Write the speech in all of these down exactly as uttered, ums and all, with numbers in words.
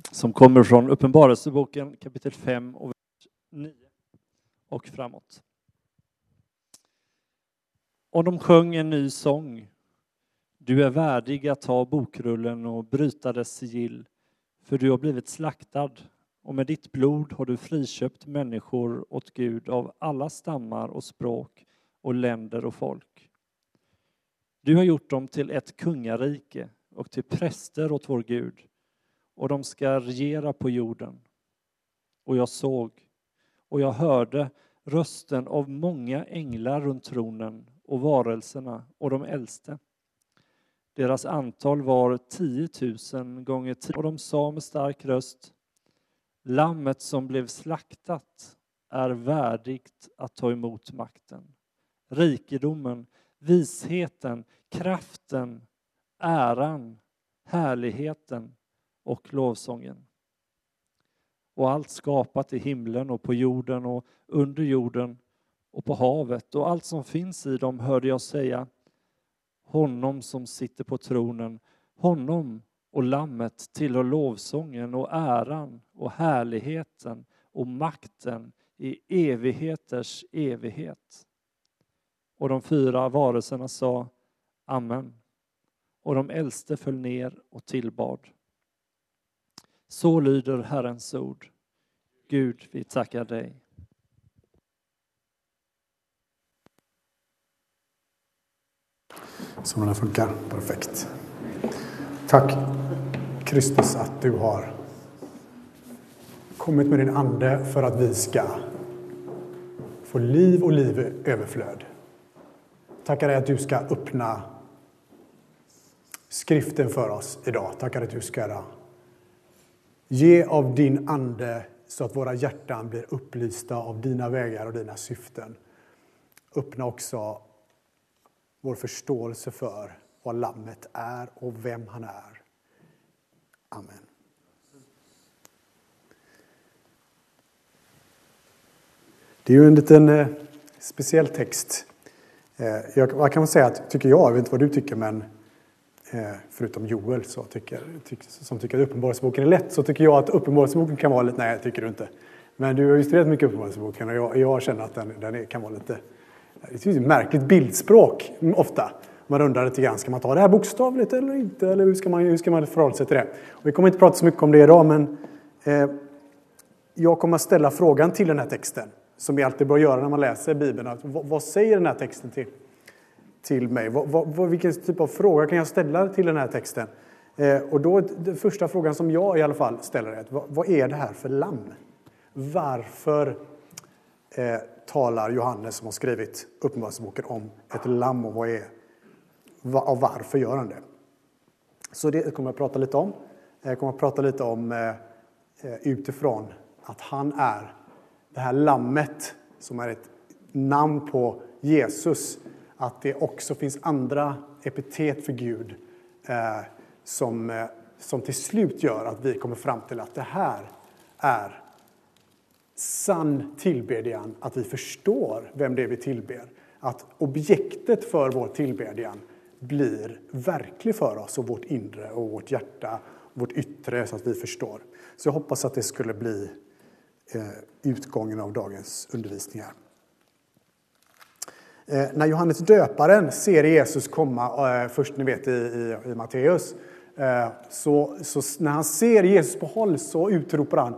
som kommer från Uppenbarelseboken kapitel fem och vers nio och framåt. Och de sjöng en ny sång. Du är värdig att ta bokrullen och bryta dess sigill, för du har blivit slaktad, och med ditt blod har du friköpt människor åt Gud av alla stammar och språk och länder och folk. Du har gjort dem till ett kungarike och till präster åt vår Gud, och de ska regera på jorden. Och jag såg, och jag hörde rösten av många änglar runt tronen och varelserna och de äldste. Deras antal var tiotusen gånger tio, och de sa med stark röst: Lammet som blev slaktat är värdigt att ta emot makten, rikedomen, visheten, kraften, äran, härligheten och lovsången. Och allt skapat i himlen och på jorden och under jorden och på havet och allt som finns i dem hörde jag säga: Honom som sitter på tronen, honom och lammet tillhör lovsången och äran och härligheten och makten i evigheters evighet. Och de fyra varelserna sa Amen. Och de äldste föll ner och tillbad. Så lyder Herrens ord. Gud, vi tackar dig. Så den funkar. Perfekt. Tack Kristus att du har kommit med din ande för att vi ska få liv och liv i överflöd. Tackar dig att du ska öppna skriften för oss idag. Tackar att du ska ge av din ande så att våra hjärtan blir upplysta av dina vägar och dina syften. Öppna också vår förståelse för vad lammet är och vem han är. Amen. Det är ju en liten eh, speciell text. Eh, jag, jag kan säga att, tycker jag, jag vet inte vad du tycker, men eh, förutom Joel så tycker, tycker, som tycker att Uppenbarelseboken är lätt, så tycker jag att Uppenbarelseboken kan vara lite, nej tycker du inte. Men du har ju studerat mycket Uppenbarelseboken och jag, jag känner att den, den är, kan vara lite, det är ett märkligt bildspråk ofta. Man undrar lite grann, ska man ta det här bokstavligt eller inte? Eller hur ska man, hur ska man förhålla sig till det? Och vi kommer inte prata så mycket om det idag, men eh, jag kommer att ställa frågan till den här texten. Som vi alltid bör göra när man läser Bibeln. Vad, vad säger den här texten till, till mig? Vad, vad, vilken typ av fråga kan jag ställa till den här texten? Eh, och då, den första frågan som jag i alla fall ställer är, vad, vad är det här för lamm? Varför eh, talar Johannes som har skrivit Uppenbarelseboken om ett lamm och vad är, och varför gör han det? Så det kommer jag att prata lite om. Jag kommer att prata lite om eh, utifrån att han är det här lammet som är ett namn på Jesus. Att det också finns andra epitet för Gud eh, som, eh, som till slut gör att vi kommer fram till att det här är sann tillbedjan. Att vi förstår vem det är vi tillber. Att objektet för vår tillbedjan blir verklig för oss och vårt inre och vårt hjärta, vårt yttre, så att vi förstår. Så jag hoppas att det skulle bli eh, utgången av dagens undervisning här. Eh, när Johannes döparen ser Jesus komma, eh, först ni vet i, i, i Matteus, eh, så, så när han ser Jesus på håll så utropar han: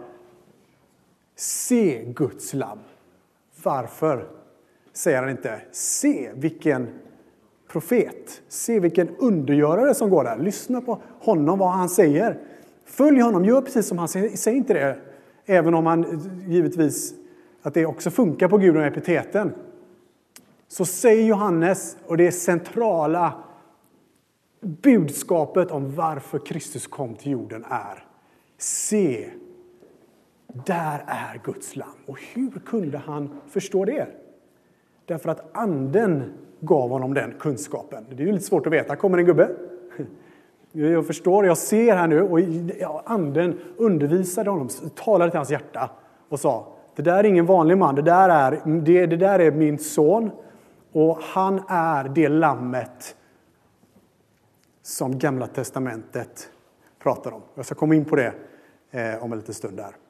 se Guds lamm. Varför säger han inte: se vilken profet, se vilken undergörare som går där. Lyssna på honom, vad han säger. Följ honom, gör precis som han säger. Säg inte det, även om han givetvis att det också funkar på Gud och epiteten. Så säger Johannes, och det är centrala budskapet om varför Kristus kom till jorden är: se, där är Guds lamm. Och hur kunde han förstå det? Därför att anden gav honom den kunskapen. Det är ju lite svårt att veta. Kommer en gubbe? Jag förstår, jag ser här nu. Och anden undervisade honom, talade till hans hjärta och sa: det där är ingen vanlig man. Det där är, det, det där är min son. Och han är det lammet som Gamla testamentet pratar om. Jag ska komma in på det eh, om en liten stund där.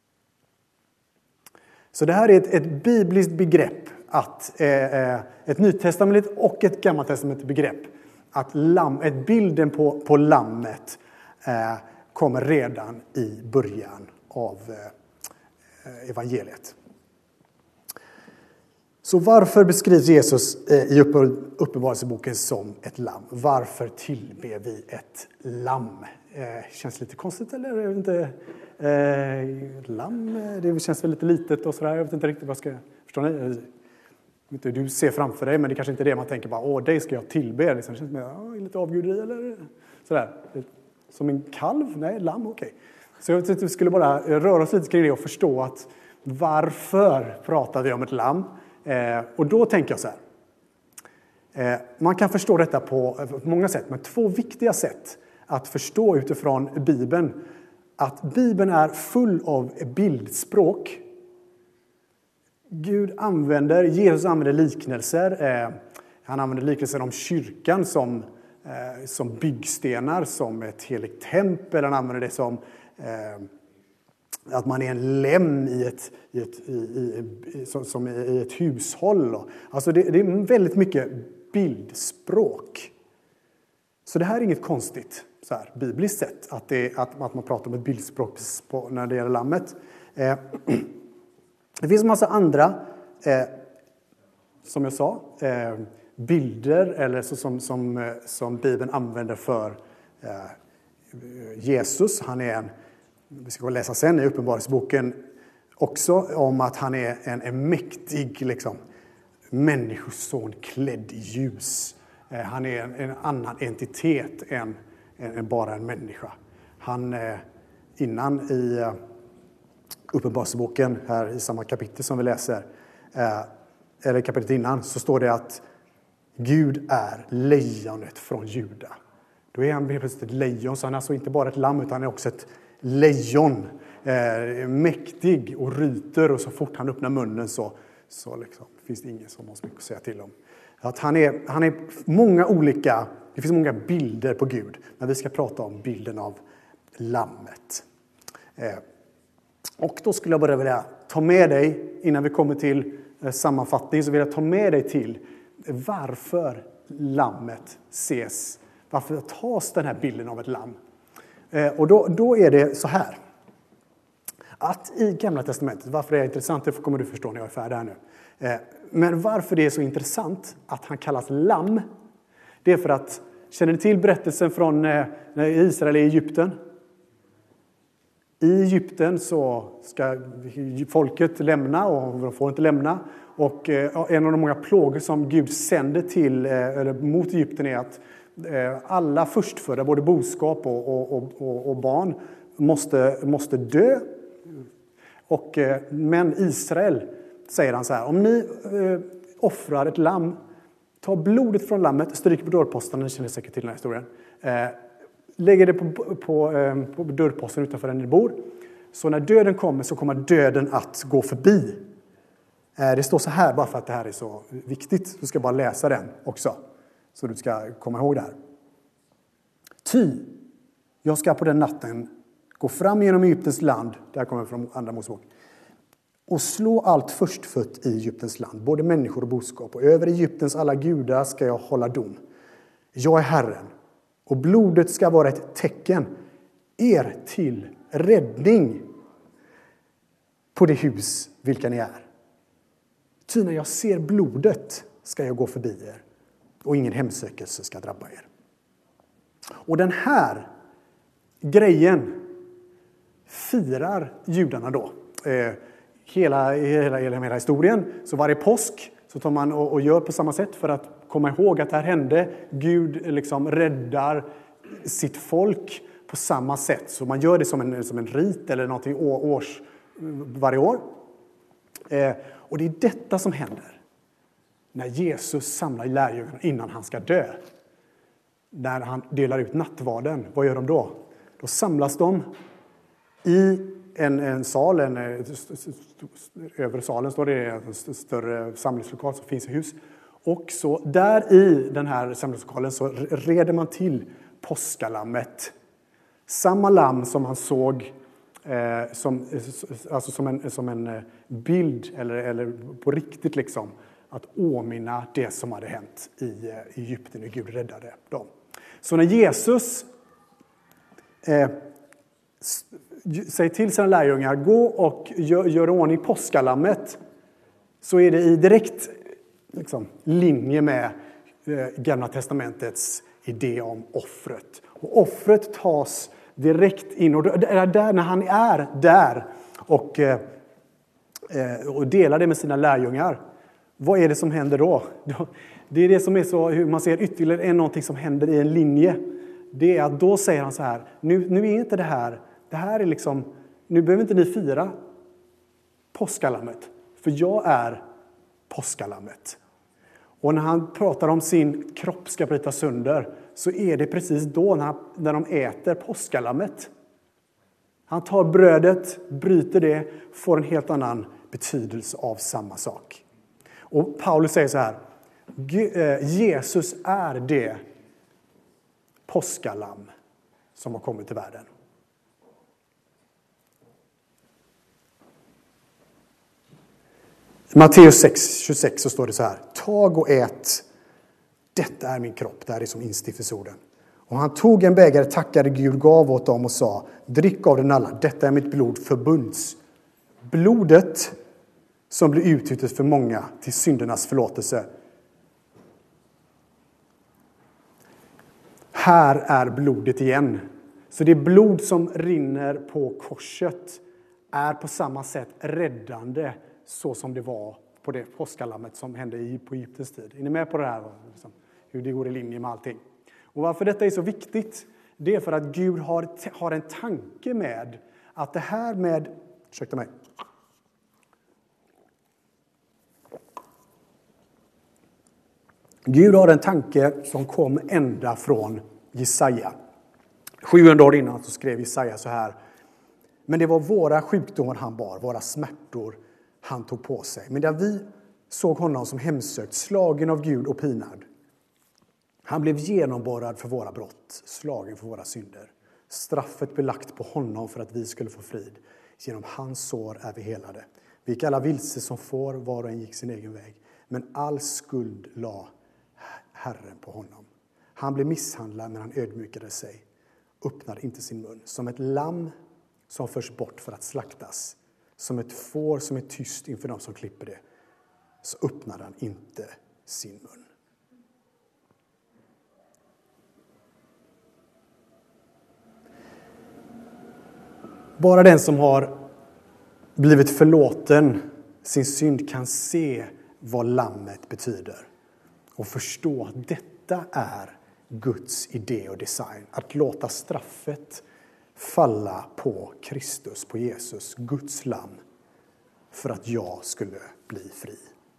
Så det här är ett, ett bibliskt begrepp, att, eh, ett nytestamentligt och ett gammaltestamentligt begrepp. Att lam, ett bilden på, på lammet eh, kommer redan i början av eh, evangeliet. Så varför beskrivs Jesus eh, i Uppenbarelseboken som ett lamm? Varför tillber vi ett lamm? Eh, känns lite konstigt, eller? Jag vet inte. Eh, lamm, det känns väl lite litet och sådär. Jag vet inte riktigt vad jag ska... Förstår ni? Du ser framför dig, men det kanske inte är det man tänker bara, åh, dig ska jag tillbe. Liksom. Det känns mer, ja, lite avguderi eller sådär. Som en kalv? Nej, lamm, okej. Okay. Så jag tänkte att vi skulle bara röra oss lite kring det och förstå att varför pratar vi om ett lamm? Eh, och då tänker jag så här. Eh, man kan förstå detta på, på många sätt, men två viktiga sätt att förstå utifrån Bibeln. Att Bibeln är full av bildspråk. Gud använder, Jesus använder liknelser. Eh, han använder liknelser om kyrkan som, eh, som byggstenar, som ett heligt tempel. Han använder det som eh, att man är en lem i ett, i ett, i, i, i, som, som i ett hushåll. Alltså det, det är väldigt mycket bildspråk. Så det här är inget konstigt, så här, bibliskt sett, att, det, att, att man pratar om ett bildspråk på, när det gäller lammet. Eh, Det finns en massa andra, eh, som jag sa, eh, bilder eller så som, som, som Bibeln använder för eh, Jesus. Han är en, vi ska läsa sen i Uppenbarelseboken också, om att han är en, en mäktig liksom, människoson klädd i ljus. Eh, han är en, en annan entitet än, än, än bara en människa. Han, eh, innan i... Eh, Uppenbarelseboken här i samma kapitel som vi läser, eh, eller kapitlet innan, så står det att Gud är lejonet från Juda. Då är han plötsligt ett lejon, så han är alltså inte bara ett lamm utan han är också ett lejon. Eh, mäktig och ryter, och så fort han öppnar munnen så, så liksom, finns det ingen som har så mycket att säga till om. Att han är, han är många olika, det finns många bilder på Gud, men vi ska prata om bilden av lammet. Eh, Och då skulle jag bara vilja ta med dig, innan vi kommer till sammanfattning, så vill jag ta med dig till varför lammet ses. Varför tas den här bilden av ett lamm? Och då, då är det så här. Att i Gamla testamentet, varför det är intressant, det kommer du förstå när jag är färdig här nu. Men varför det är så intressant att han kallas lamm, det är för att, känner ni till berättelsen från när Israel är i Egypten? I Egypten så ska folket lämna, och de får inte lämna. Och en av de många plågor som Gud sänder till, eller mot Egypten är att alla förstfödda, både boskap och, och, och, och barn, måste, måste dö. Och, men Israel, säger han så här, om ni offrar ett lamm, ta blodet från lammet, stryk på dörrposten, ni känner säkert till den här historien. Lägger det på, på, på dörrposten utanför där ni bor. Så när döden kommer så kommer döden att gå förbi. Det står så här, bara för att det här är så viktigt. Du ska bara läsa den också, så du ska komma ihåg det här. Ty, jag ska på den natten gå fram genom Egyptens land, det här kommer från andra Mosebok, och slå allt förstfött i Egyptens land, både människor och boskap. Och över Egyptens alla gudar ska jag hålla dom. Jag är Herren. Och blodet ska vara ett tecken er till räddning på det hus vilka ni är. Ty när jag ser blodet ska jag gå förbi er, och ingen hemsökelse ska drabba er. Och den här grejen firar judarna då. Eh, hela, hela, hela, hela historien. Så varje påsk så tar man och, och gör på samma sätt för att komma ihåg att det här hände. Gud liksom räddar sitt folk på samma sätt. Så man gör det som en, som en rit eller någonting års, varje år. Eh, och det är detta som händer när Jesus samlar lärjungarna innan han ska dö. När han delar ut nattvarden, vad gör de då? Då samlas de i en, en sal, en, över salen står det en större samlingslokal som finns i hus. Och så där i den här samlingslokalen så reder man till påskalammet. Samma lamm som han såg eh, som, alltså som, en, som en bild eller, eller på riktigt liksom att åminna det som hade hänt i Egypten och Gud räddade dem. Så när Jesus eh, säger till sina lärjungar, gå och gör, gör ordning påskalammet, så är det i direkt liksom, linje med eh, Gamla testamentets idé om offret. Och offret tas direkt in, och det är där, när han är där och, eh, och delar det med sina lärjungar. Vad är det som händer då? Det är det som är så, hur man ser ytterligare är någonting som händer i en linje. Det är att då säger han så här, nu, nu är inte det här, det här är liksom, nu behöver inte ni fira påskalammet. För jag är påskalammet. Och när han pratar om sin kropp ska bryta sönder, så är det precis då när, han, när de äter påskalammet. Han tar brödet, bryter det, får en helt annan betydelse av samma sak. Och Paulus säger så här, Jesus är det påskalam som har kommit till världen. I Matteus sex tjugosex så står det så här, tag och ät, detta är min kropp, det här är som instiftelseorden. Och han tog en bägare, tackade Gud, gav åt dem och sa, drick av den alla, detta är mitt blod, förbunds. Blodet som blir utgjutet för många till syndernas förlåtelse. Här är blodet igen. Så det blod som rinner på korset är på samma sätt räddande, så som det var på det påskalammet som hände på Egyptens tid. Är ni med på det här? Hur det går i linje med allting. Och varför detta är så viktigt, det är för att Gud har, har en tanke med att det här med, ursäkta mig. Gud har en tanke som kom ända från Jesaja. sjuhundra år innan så skrev Jesaja så här. Men det var våra sjukdomar han bar, våra smärtor han tog på sig. Men där vi såg honom som hemsökt, slagen av Gud och pinad. Han blev genomborrad för våra brott, slagen för våra synder. Straffet belagt på honom för att vi skulle få frid. Genom hans sår är vi helade. Vi gick alla vilse som får, var och en gick sin egen väg. Men all skuld la Herren på honom. Han blev misshandlad men han ödmjukade sig. Öppnade inte sin mun. Som ett lamm som förs bort för att slaktas. Som ett får som är tyst inför dem som klipper det. Så öppnade han inte sin mun. Bara den som har blivit förlåten sin synd kan se vad lammet betyder. Och förstå att detta är Guds idé och design. Att låta straffet falla på Kristus, på Jesus, Guds lamm. För att jag skulle bli fri.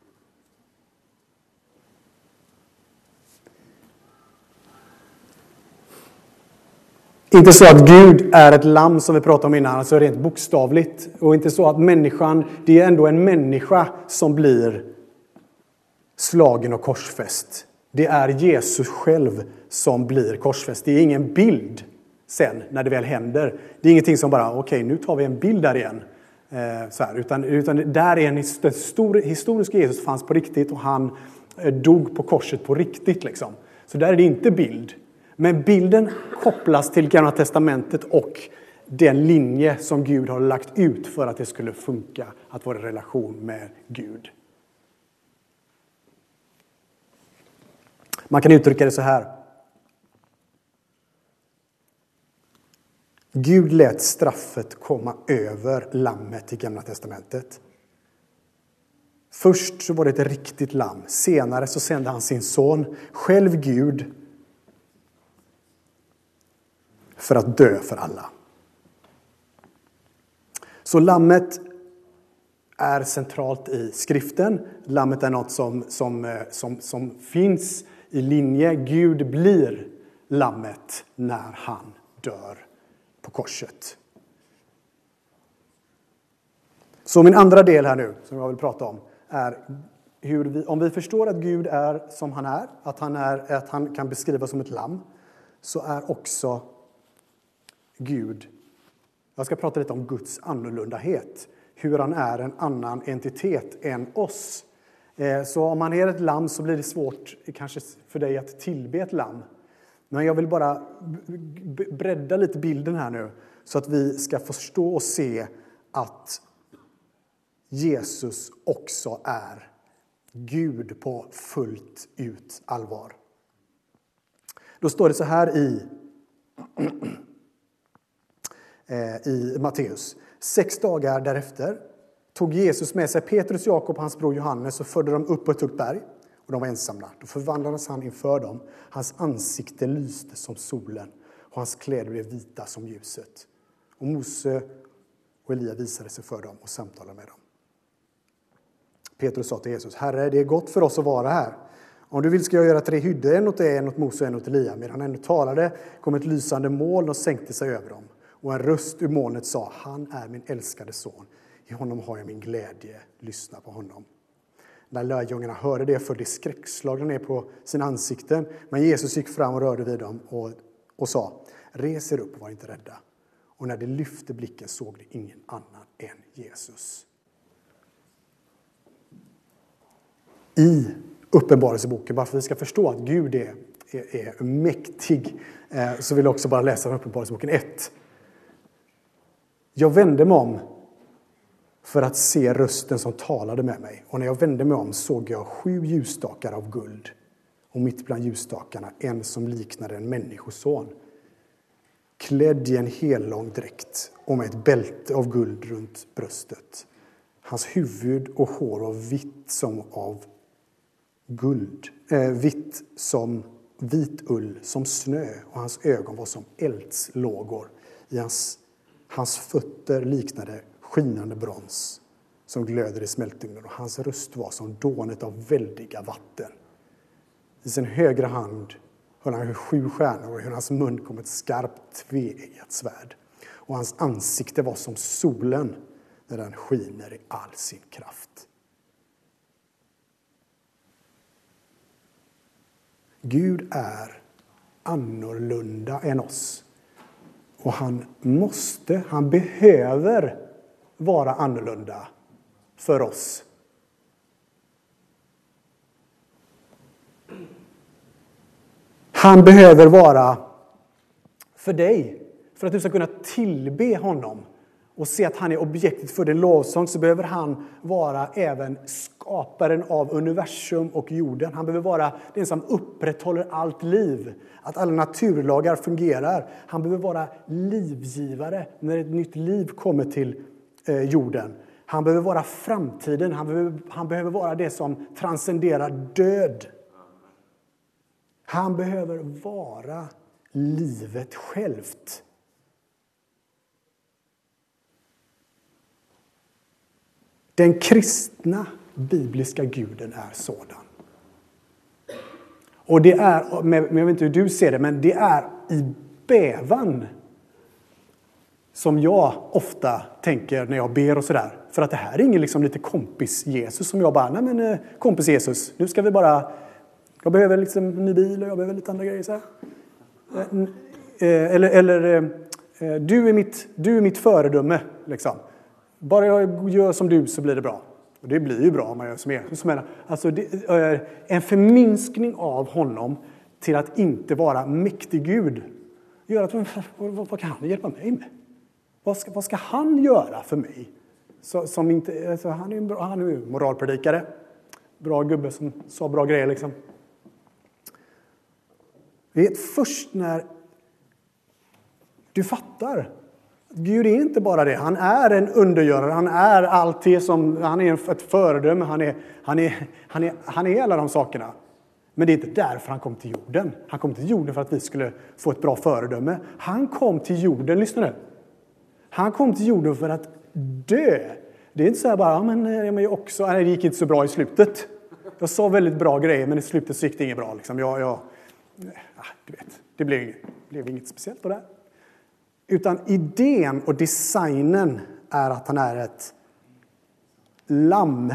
Inte så att Gud är ett lamm som vi pratade om innan, alltså rent bokstavligt. Och inte så att människan, det är ändå en människa som blir slagen och korsfäst. Det är Jesus själv som blir korsfäst. Det är ingen bild sen när det väl händer. Det är ingenting som bara, okej okay, nu tar vi en bild där igen. Eh, så här, utan, utan där är en stor historisk Jesus fanns på riktigt och han eh, dog på korset på riktigt. Liksom. Så där är det inte bild. Men bilden kopplas till Gamla testamentet och den linje som Gud har lagt ut för att det skulle funka att vara i relation med Gud. Man kan uttrycka det så här. Gud lät straffet komma över lammet i Gamla testamentet. Först så var det ett riktigt lamm. Senare så sände han sin son, själv Gud, för att dö för alla. Så lammet är centralt i skriften. Lammet är något som, som, som, som finns i linje. Gud blir lammet när han dör på korset. Så min andra del här nu som jag vill prata om är hur vi, om vi förstår att Gud är som han är, att han, är, att han kan beskrivas som ett lamm, så är också Gud Jag ska prata lite om Guds annorlundahet. Hur han är en annan entitet än oss. Så om man är ett lamm så blir det svårt kanske för dig att tillbe ett lamm. Men jag vill bara bredda lite bilden här nu. Så att vi ska förstå och se att Jesus också är Gud på fullt ut allvar. Då står det så här i, i Matteus. Sex dagar därefter tog Jesus med sig Petrus, Jakob och hans bror Johannes och förde dem upp på ett högt berg. Och de var ensamma. Då förvandlades han inför dem. Hans ansikte lyste som solen och hans kläder blev vita som ljuset. Och Mose och Elia visade sig för dem och samtalade med dem. Petrus sa till Jesus: Herre, det är gott för oss att vara här. Om du vill ska jag göra tre hyddor, en åt dig, en åt Mose och en åt Elia. Medan han ännu talade kom ett lysande moln och sänkte sig över dem. Och en röst ur molnet sa: Han är min älskade son. I honom har jag min glädje. Lyssna på honom. När lärjungarna hörde det föll de skräckslagna ner på sina ansikten. Men Jesus gick fram och rörde vid dem och, och sa: Res er upp och var inte rädda. Och när de lyfte blicken såg de ingen annan än Jesus. I Uppenbarelseboken, bara för att vi ska förstå att Gud är, är, är mäktig, eh, så vill jag också bara läsa Uppenbarelseboken ett. Jag vände mig om för att se rösten som talade med mig. Och när jag vände mig om såg jag sju ljusstakar av guld. Och mitt bland ljusstakarna en som liknade en människoson. Klädd i en hellång dräkt och med ett bälte av guld runt bröstet. Hans huvud och hår var vitt som av guld. Eh, vitt som vit ull, som snö. Och hans ögon var som eldslågor. I hans, hans fötter liknade skinande brons som glöder i smältugnen. Och hans röst var som dånet av väldiga vatten. I sin högra hand höll han sju stjärnor och i hans mun kom ett skarpt tveeggat svärd. Och hans ansikte var som solen när den skiner i all sin kraft. Gud är annorlunda än oss. Och han måste, han behöver vara annorlunda för oss. Han behöver vara för dig. För att du ska kunna tillbe honom och se att han är objektet för din lovsång, så behöver han vara även skaparen av universum och jorden. Han behöver vara den som upprätthåller allt liv. Att alla naturlagar fungerar. Han behöver vara livgivare när ett nytt liv kommer till eh, jorden. Han behöver vara framtiden. Han behöver, han behöver vara det som transcenderar död. Han behöver vara livet självt. Den kristna bibliska guden är sådan. Och det är, men jag vet inte hur du ser det, men det är i bävan som jag ofta tänker när jag ber och sådär. För att det här är ingen liksom lite kompis Jesus som jag bara, nej men kompis Jesus, nu ska vi bara, jag behöver liksom en ny bil och jag behöver lite andra grejer så här. Eller, eller du är mitt, du är mitt föredöme liksom. Bara jag gör som du så blir det bra. Och det blir ju bra om man gör som Jesus. Alltså det är en förminskning av honom till att inte vara mäktig Gud. Gör att, vad, vad kan han hjälpa mig med? Vad ska, vad ska han göra för mig? Så, som inte, alltså han är en bra, han är en moralpredikare. Bra gubbe som sa bra grejer liksom. Det är först när du fattar. Gud är inte bara det. Han är en undergörare. Han är allt det som, han är ett föredöme. Han är, han är, han är, han är alla de sakerna. Men det är inte därför han kom till jorden. Han kom till jorden för att vi skulle få ett bra föredöme. Han kom till jorden, lyssna nu. Han kom till jorden för att dö. Det är inte så här bara, ja, men jag också, nej, det gick inte så bra i slutet. Jag sa väldigt bra grejer, men i slutet så gick det inget bra. Liksom. Jag, jag, ja, du vet, det blev, blev inget speciellt på det här. Utan idén och designen är att han är ett lamm.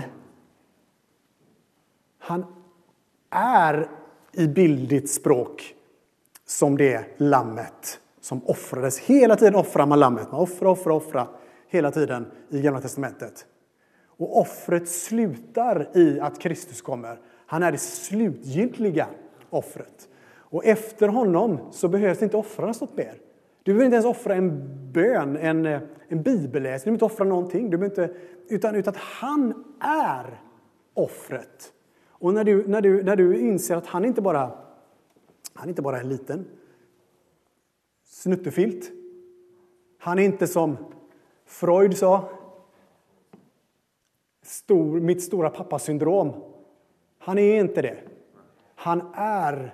Han är i bildligt språk som det lammet som offrades. Hela tiden offrar man lammet. Man offrar, offrar, offrar hela tiden i Gamla testamentet. Och offret slutar i att Kristus kommer. Han är det slutgiltiga offret. Och efter honom så behövs det inte offras något mer. Du behöver inte ens offra en bön, en, en bibelläsning. Du behöver inte offra någonting. Du behöver inte, utan, utan att han är offret. Och när du, när, du, när du inser att han inte bara, han inte bara är en liten snuttefilt. Han är inte som Freud sa. Stor, mitt stora pappasyndrom. Han är inte det. Han är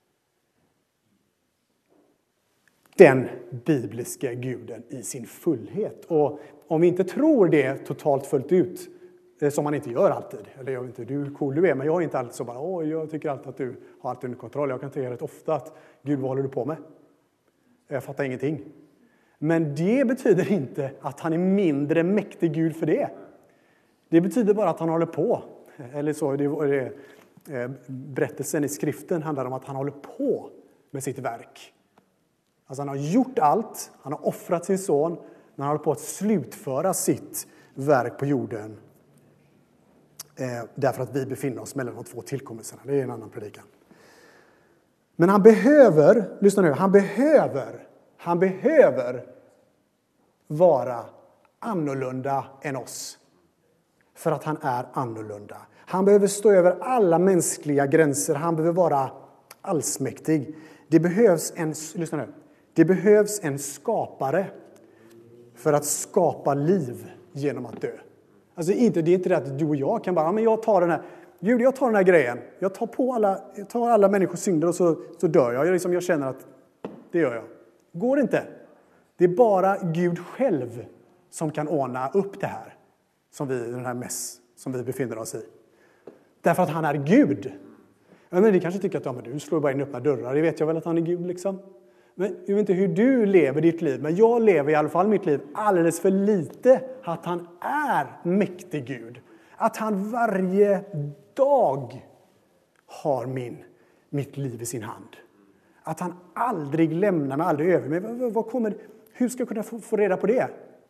den bibliska guden i sin fullhet. Och om vi inte tror det totalt fullt ut, som man inte gör alltid. Eller jag vet inte, du är cool du är, men jag är inte alltid så bara, åh, jag tycker alltid att du har allt under kontroll. Jag kan tycka rätt ofta att, Gud, vad håller du på med? Jag fattar ingenting. Men det betyder inte att han är mindre mäktig Gud för det. Det betyder bara att han håller på. Eller så, det, det, berättelsen i skriften handlar om att han håller på med sitt verk. Alltså han har gjort allt, han har offrat sin son, men han håller på att slutföra sitt verk på jorden. Eh, därför att vi befinner oss mellan de två tillkommelserna. Det är en annan predikan. Men han behöver, lyssna nu, han behöver, han behöver vara annorlunda än oss. För att han är annorlunda. Han behöver stå över alla mänskliga gränser. Han behöver vara allsmäktig. Det behövs en, lyssna nu, det behövs en skapare för att skapa liv genom att dö. Alltså inte, det är inte det att du och jag kan bara, men jag tar den här, Gud, jag tar den här grejen. Jag tar på alla, jag tar alla människors synder och så, så dör jag. Jag, liksom, jag känner att det gör jag. Går inte. Det är bara Gud själv som kan ordna upp det här. Som vi, den här mess som vi befinner oss i. Därför att han är Gud. Men ni kanske tycker att ja, men du slår bara in öppna dörrar. Det vet jag väl att han är Gud liksom. Men jag vet inte hur du lever ditt liv. Men jag lever i alla fall mitt liv alldeles för lite. Att han är mäktig Gud. Att han varje dag har min, mitt liv i sin hand. Att han aldrig lämnar mig, aldrig över mig. Vad, vad kommer, hur ska jag kunna få, få reda på det?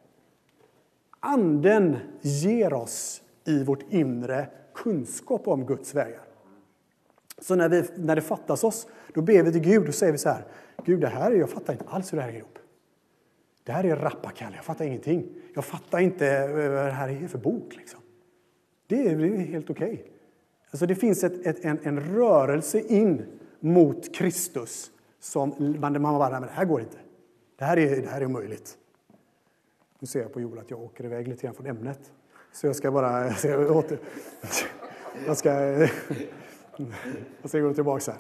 Anden ger oss i vårt inre kunskap om Guds vägar. Så när, vi, när det fattas oss, då ber vi till Gud och säger vi så här. Gud, det här är, jag fattar inte alls hur det här är ihop. Det här är rappakalja, jag fattar ingenting. Jag fattar inte vad det här är för bok. Liksom. Det, är, det är helt okej. Okay. Alltså det finns ett, ett, en, en rörelse in mot Kristus som man, man bara, men det här går inte. Det här är, det här är omöjligt. Nu ser jag på Joel att jag åker iväg lite grann från ämnet. Så jag ska bara... Jag ska, åter, jag ska, jag ska gå tillbaka här.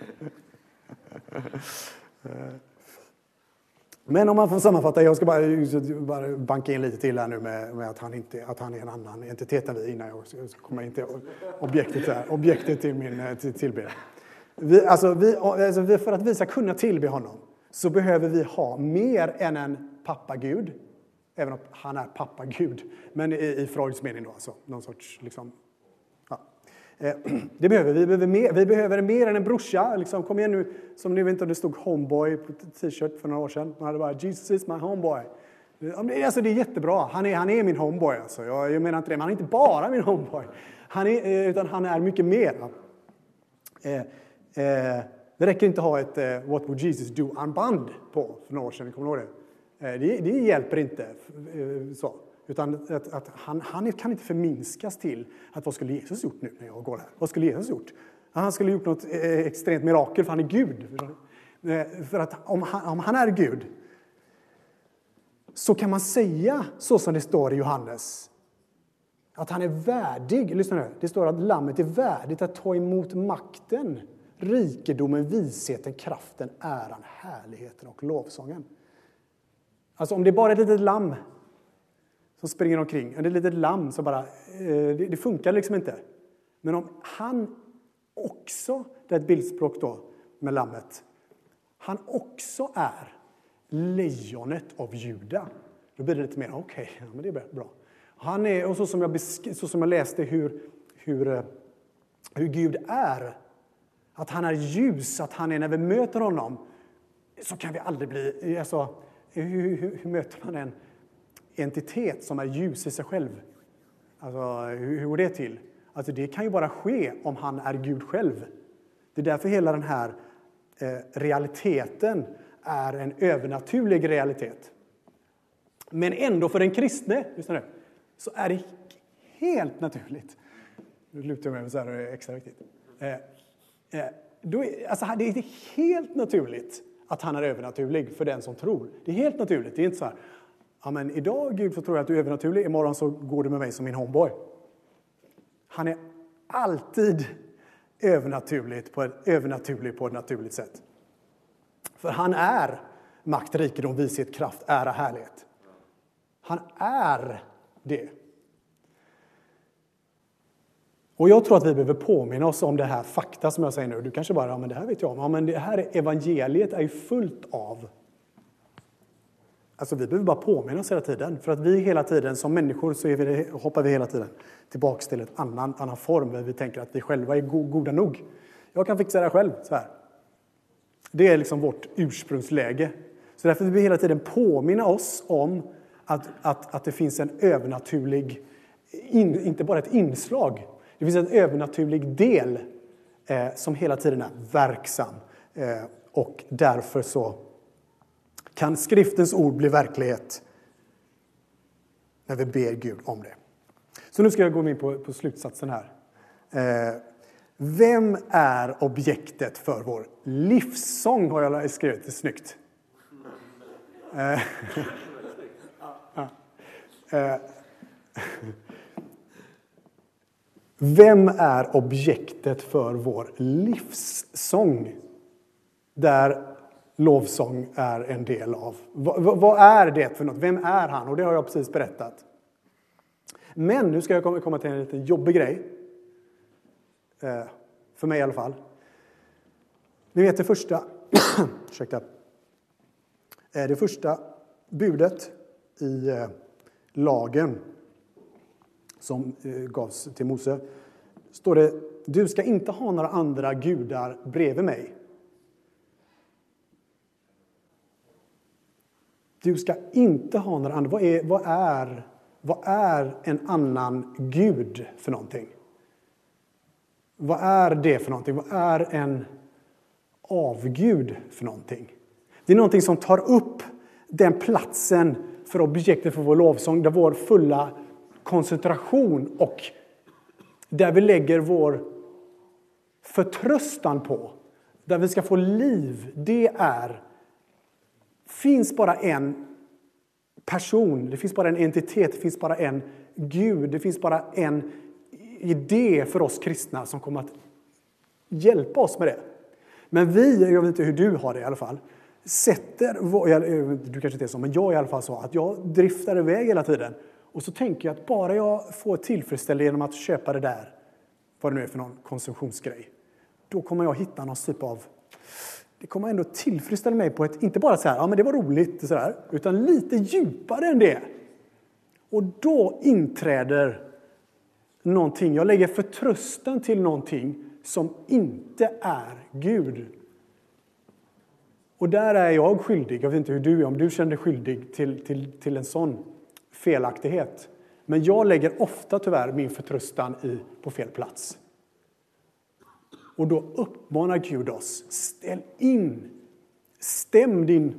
Men om man får sammanfatta, jag ska bara, bara banka in lite till här nu med, med att, han inte, att han är en annan entitet än vi innan jag ska komma in till objektet, här, objektet till min till, tillbe. Vi, alltså vi, alltså för att vi ska kunna tillbe honom så behöver vi ha mer än en pappagud. Även om han är pappagud. Men i, i Freuds mening då. Alltså, någon sorts, liksom, ja. eh, det behöver vi. Vi behöver mer, vi behöver mer än en brorsa. Liksom, kom igen nu. Som ni vet inte om det stod homeboy på t-shirt för några år sedan. Man hade bara, Jesus is my homeboy. Alltså, det är jättebra. Han är, han är min homeboy. Alltså. Jag, jag menar inte det. Men han är inte bara min homeboy. Han är, utan han är mycket mer. Eh, eh, det räcker inte att ha ett eh, What would Jesus do-armband på för några år sedan. Kommer ni ihåg det? Det, det hjälper inte så. Utan att, att han, han kan inte förminskas till att vad skulle Jesus gjort nu när jag går här? Vad skulle Jesus gjort? Han skulle gjort något extremt mirakel för han är Gud. För att om han, om han är Gud så kan man säga så som det står i Johannes. Att han är värdig, lyssna nu, det står att lammet är värdigt att ta emot makten, rikedomen, visheten, kraften, äran, härligheten och lovsången. Alltså om det är bara ett litet lamm som springer omkring, ett litet lamm så bara, det, det funkar liksom inte. Men om han också, det är ett bildspråk då med lammet, han också är lejonet av Juda, då blir det lite mer, okej, okay, ja, men det är bra. Han är, och så som jag, besk- så som jag läste hur, hur, hur Gud är, att han är ljus, att han är, när vi möter honom, så kan vi aldrig bli... Alltså, hur, hur, hur möter man en entitet som är ljus i sig själv? Alltså, hur, hur går det till? Alltså, det kan ju bara ske om han är Gud själv. Det är därför hela den här eh, realiteten är en övernaturlig realitet. Men ändå för den kristne, lyssna nu, så är det helt naturligt. Nu lutar jag mig så här, det är extra viktigt. Eh, eh, då är, alltså, det är helt naturligt att han är övernaturlig för den som tror. Det är helt naturligt. Det är inte så här, ja, men idag Gud så tror jag att du är övernaturlig, imorgon så går du med mig som min homeboy. Han är alltid övernaturligt på ett, övernaturlig på ett naturligt sätt. För han är makt, rikedom, vishet, kraft, ära, härlighet. Han är det. Och jag tror att vi behöver påminna oss om det här fakta som jag säger nu. Du kanske bara, ja men det här vet jag om. Ja, men det här evangeliet är ju fullt av. Alltså vi behöver bara påminna oss hela tiden. För att vi hela tiden, som människor, så är vi, hoppar vi hela tiden tillbaka till en annan, annan form. Där vi tänker att vi själva är go- goda nog. Jag kan fixa det här själv, så här. Det är liksom vårt ursprungsläge. Så därför vill vi hela tiden påminna oss om att, att, att det finns en övernaturlig, in, inte bara ett inslag. Det finns en övernaturlig del eh, som hela tiden är verksam. Eh, och därför så kan skriftens ord bli verklighet när vi ber Gud om det. Så nu ska jag gå in på, på slutsatsen här. Eh, vem är objektet för vår livssång? Har jag skrivit det snyggt. Eh, eh, Vem är objektet för vår livssång? Där lovsång är en del av. Vad, vad är det för något? Vem är han? Och det har jag precis berättat. Men nu ska jag komma till en liten jobbig grej. Eh, för mig i alla fall. Ni vet det första. ursäkta. Eh, det första budet i eh, lagen som eh, gavs till Mose. Står det, du ska inte ha några andra gudar bredvid mig. Du ska inte ha några andra. Vad är, vad är, vad är en annan gud för någonting? Vad är det för någonting? Vad är en avgud för någonting? Det är någonting som tar upp den platsen för objektet för vår lovsång. Där vår fulla koncentration och där vi lägger vår förtröstan på. Där vi ska få liv. Det är finns bara en person, det finns bara en entitet, det finns bara en Gud, det finns bara en idé för oss kristna som kommer att hjälpa oss med det. Men vi, jag vet inte hur du har det i alla fall, sätter, du kanske inte är så, men jag i alla fall så att jag driftar iväg hela tiden. Och så tänker jag att bara jag får tillfredsställelse genom att köpa det där, vad det nu är för någon konsumtionsgrej, då kommer jag hitta någon typ av, det kommer ändå tillfredsställa mig på ett, inte bara så här, ja men det var roligt så här, utan lite djupare än det. Och då inträder någonting, jag lägger förtröstan till någonting som inte är Gud. Och där är jag skyldig, jag vet inte hur du är, om du känner dig skyldig till, till, till en sån felaktighet. Men jag lägger ofta tyvärr min förtröstan i, på fel plats. Och då uppmanar Gud oss, ställ in, stäm din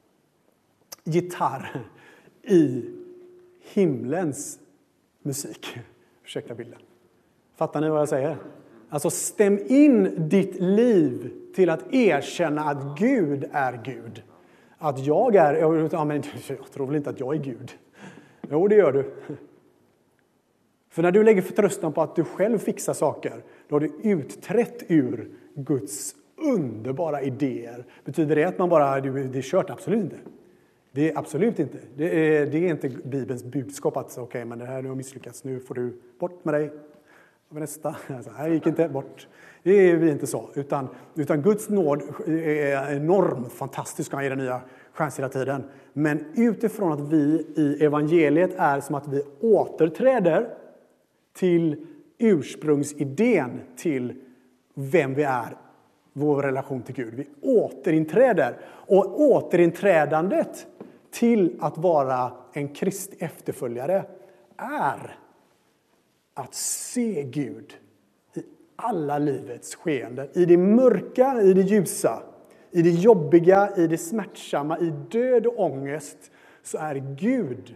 gitarr i himlens musik. Ursäkta bilden. Fattar ni vad jag säger? Alltså stäm in ditt liv till att erkänna att Gud är Gud. Att jag är, jag, ja, men, jag tror väl inte att jag är Gud. Jo, det gör du. För när du lägger förtröstan på att du själv fixar saker, då har du utträtt ur Guds underbara idéer. Betyder det att man bara, det är kört? Absolut inte. Det är absolut inte. Det är, det är inte Bibelns budskap att okej, okay, men det här nu har misslyckats, nu får du bort med dig. Och nästa, alltså, här gick inte bort. Det är vi inte så. Utan, utan Guds nåd är enormt fantastisk i den nya chans hela tiden. Men utifrån att vi i evangeliet är som att vi återträder till ursprungsidén till vem vi är, vår relation till Gud. Vi återinträder. Och återinträdandet till att vara en Kristi efterföljare är att se Gud i alla livets skeenden. I det mörka, i det ljusa, i det jobbiga, i det smärtsamma, i död och ångest, så är Gud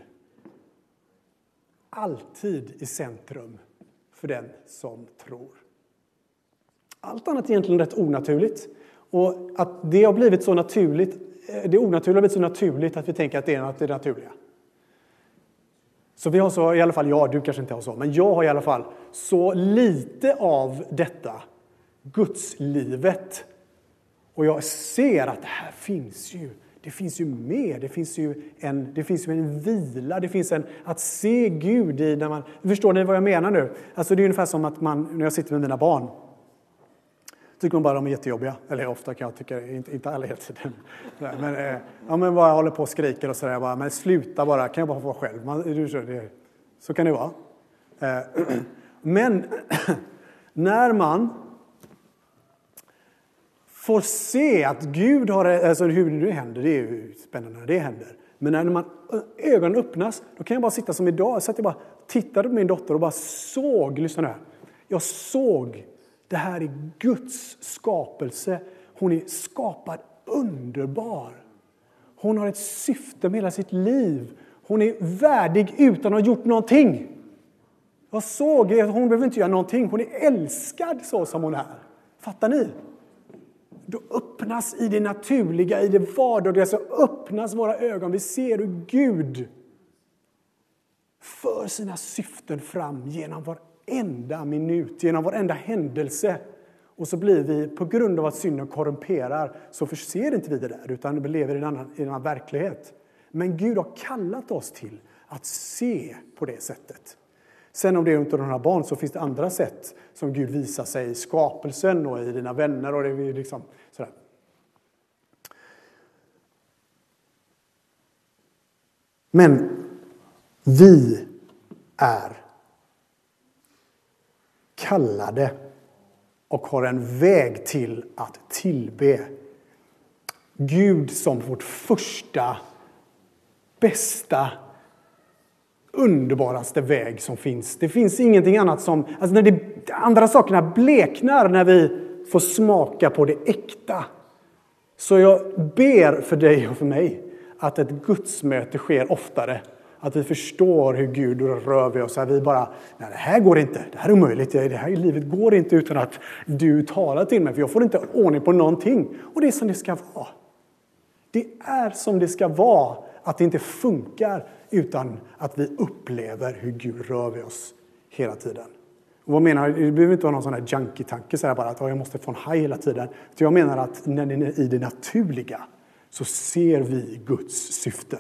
alltid i centrum för den som tror. Allt annat är egentligen rätt onaturligt. Och att det har blivit så naturligt, det onaturliga har blivit så naturligt att vi tänker att det är det naturliga. Så vi har så, i alla fall jag, du kanske inte har så, men jag har i alla fall så lite av detta Gudslivet. Och jag ser att det här finns ju, det finns ju mer, det finns ju en, det finns ju en vila, det finns en, att se Gud i när man, förstår ni vad jag menar nu? Alltså det är ungefär som att man, när jag sitter med mina barn, tycker man bara de är jättejobbiga. Eller ofta kan jag tycka, inte, inte alla hela tiden. Men, eh, ja, men bara håller på och skriker och sådär. Bara, men sluta bara, kan jag bara få vara själv. Man, det, så kan det vara. Eh, men när man får se att Gud har, alltså hur det händer, det är ju spännande när det händer. Men när man, ögonen öppnas, då kan jag bara sitta som idag. Så att jag bara tittade på min dotter och bara såg, lyssna här. Jag såg, det här är Guds skapelse. Hon är skapad underbar. Hon har ett syfte med hela sitt liv. Hon är värdig utan att ha gjort någonting. Jag såg att hon behöver inte göra någonting. Hon är älskad så som hon är. Fattar ni? Då öppnas i det naturliga, i det vardagliga, så öppnas våra ögon. Vi ser hur Gud för sina syften fram genom varenda minut, genom varenda händelse. Och så blir vi, på grund av att synden korrumperar, så förser inte vi det där, utan vi lever i en annan, i en annan verklighet. Men Gud har kallat oss till att se på det sättet. Sen om det är inte de här barn, så finns det andra sätt som Gud visar sig i skapelsen och i dina vänner. Och det är liksom sådär. Men vi är kallade och har en väg till att tillbe Gud som vårt första, bästa, underbaraste väg som finns. Det finns ingenting annat som, alltså när de andra sakerna bleknar när vi får smaka på det äkta. Så jag ber för dig och för mig att ett gudsmöte sker oftare. Att vi förstår hur Gud rör vid oss. Att vi bara, nej, det här går inte. Det här är omöjligt. Det här i livet går inte utan att du talar till mig. För jag får inte ordning på någonting. Och det är som det ska vara. Det är som det ska vara. Att det inte funkar utan att vi upplever hur Gud rör vid oss hela tiden. Och vad menar jag? Det behöver inte vara någon sån här junkie-tanke. Så här bara att jag måste få en high hela tiden. Så jag menar att när det är i det naturliga så ser vi Guds syften.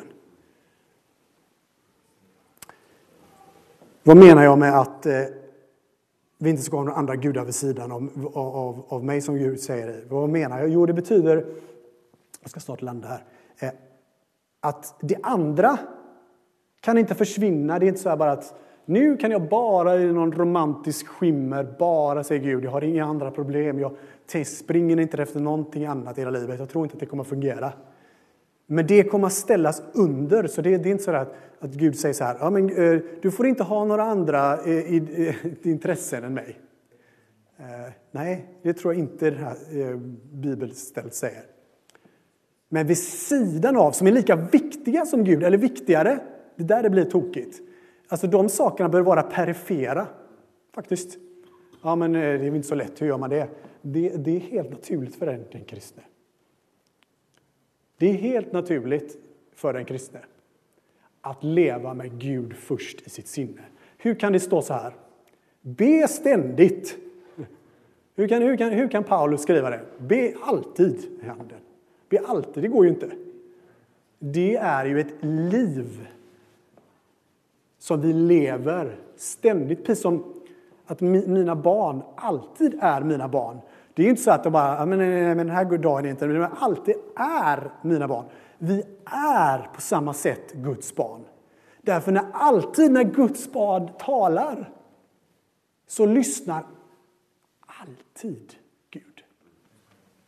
Vad menar jag med att eh, vi inte ska ha några andra gudar vid sidan av, av, av mig som Gud säger? Vad menar jag? Jo, det betyder, jag ska snart landa här, eh, att det andra kan inte försvinna. Det är inte så här bara att nu kan jag bara i någon romantisk skimmer bara säga Gud, jag har inga andra problem. Jag springer inte efter någonting annat i hela livet. Jag tror inte att det kommer att fungera. Men det kommer att ställas under. Så det, det är inte så att, att Gud säger så här, ja, men, eh, du får inte ha några andra eh, i, i, intressen än mig. Eh, nej, det tror jag inte det här eh, bibelstället säger. Men vid sidan av, som är lika viktiga som Gud, eller viktigare, det där det blir tokigt. Alltså de sakerna bör vara perifera, faktiskt. Ja, men det är inte så lätt, hur gör man det? Det, det är helt naturligt för den, den kristne. Det är helt naturligt för den kristne att leva med Gud först i sitt sinne. Hur kan det stå så här? Be ständigt. Hur kan, hur kan, hur kan Paulus skriva det? Be alltid i handen. Be alltid, det går ju inte. Det är ju ett liv som vi lever ständigt. Precis som att mina barn alltid är mina barn. Det är inte så att de bara, men, men den här dagen är inte, men alltid är mina barn. Vi är på samma sätt Guds barn. Därför när alltid när Guds barn talar så lyssnar alltid Gud.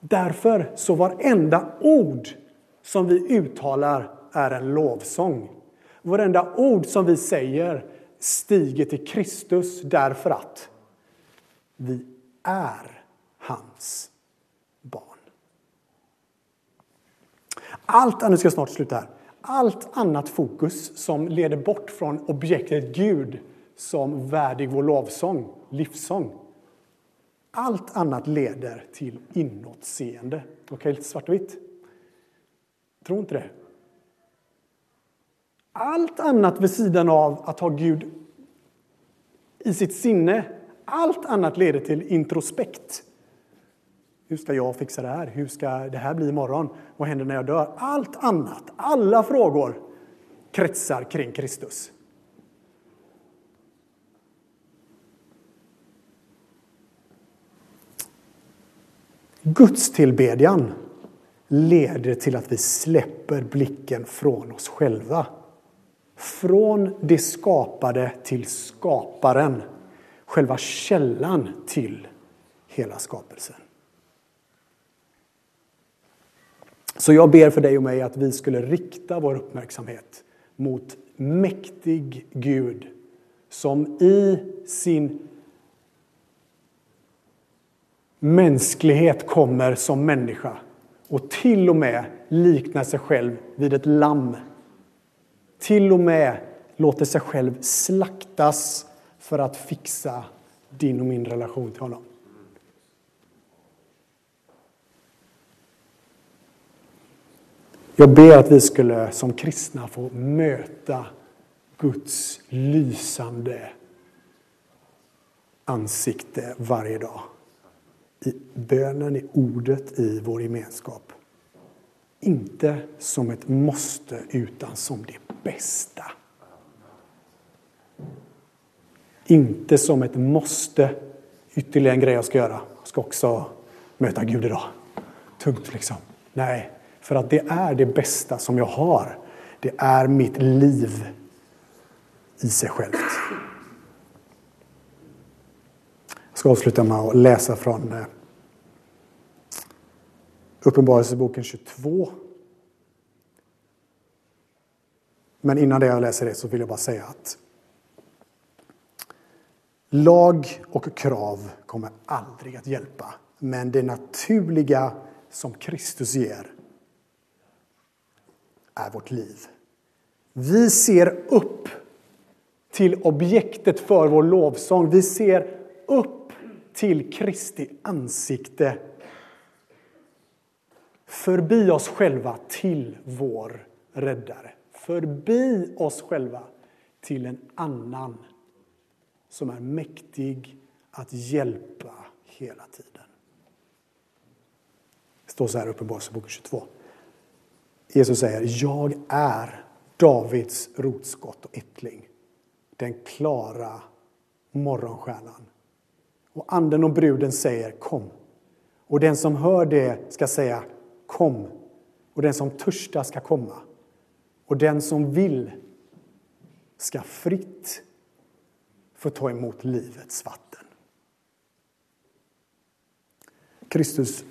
Därför så varenda ord som vi uttalar är en lovsång. Varenda ord som vi säger stiger till Kristus därför att vi är hans barn. Allt, nu ska jag snart sluta här. Allt annat fokus som leder bort från objektet Gud som värdig vår lovsång, livssång. Allt annat leder till inåtseende. Okej, lite svart och vitt. Tror inte det. Allt annat vid sidan av att ha Gud i sitt sinne, allt annat leder till introspekt. Hur ska jag fixa det här? Hur ska det här bli imorgon? Vad händer när jag dör? Allt annat, alla frågor kretsar kring Kristus. Guds tillbedjan leder till att vi släpper blicken från oss själva. Från det skapade till skaparen. Själva källan till hela skapelsen. Så jag ber för dig och mig att vi skulle rikta vår uppmärksamhet mot mäktig Gud som i sin mänsklighet kommer som människa och till och med liknar sig själv vid ett lamm. Till och med låter sig själv slaktas för att fixa din och min relation till honom. Jag ber att vi skulle som kristna få möta Guds lysande ansikte varje dag. I bönen, i ordet, i vår gemenskap. Inte som ett måste utan som det bästa. Inte som ett måste. Ytterligare en grej jag ska göra. Jag ska också möta Gud idag. Tungt liksom. Nej, för att det är det bästa som jag har. Det är mitt liv i sig självt. Jag ska avsluta med att läsa från Uppenbarelseboken tjugotvå. Men innan det jag läser det så vill jag bara säga att lag och krav kommer aldrig att hjälpa. Men det naturliga som Kristus ger är vårt liv. Vi ser upp till objektet för vår lovsång. Vi ser upp till Kristi ansikte. Förbi oss själva till vår räddare. Förbi oss själva till en annan som är mäktig att hjälpa hela tiden. Det står så här i Uppenbarelseboken tjugotvå. Jesus säger, jag är Davids rotskott och ättling. Den klara morgonstjärnan. Och anden och bruden säger, kom. Och den som hör det ska säga, kom. Och den som törstar ska komma. Och den som vill ska fritt få ta emot livets vatten. Kristus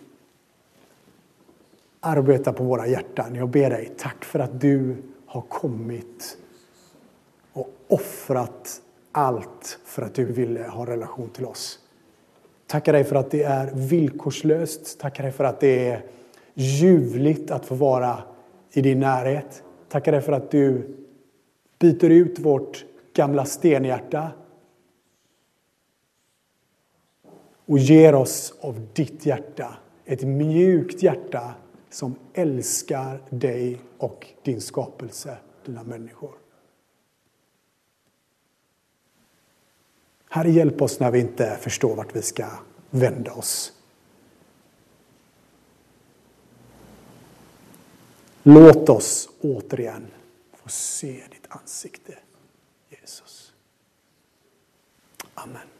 arbetar på våra hjärtan. Jag ber dig, tack för att du har kommit och offrat allt för att du ville ha relation till oss. Tackar dig för att det är villkorslöst. Tackar dig för att det är ljuvligt att få vara i din närhet. Tackar dig för att du byter ut vårt gamla stenhjärta och ger oss av ditt hjärta. Ett mjukt hjärta som älskar dig och din skapelse, dina människor. Herre, hjälp oss när vi inte förstår vart vi ska vända oss. Låt oss återigen få se ditt ansikte, Jesus. Amen.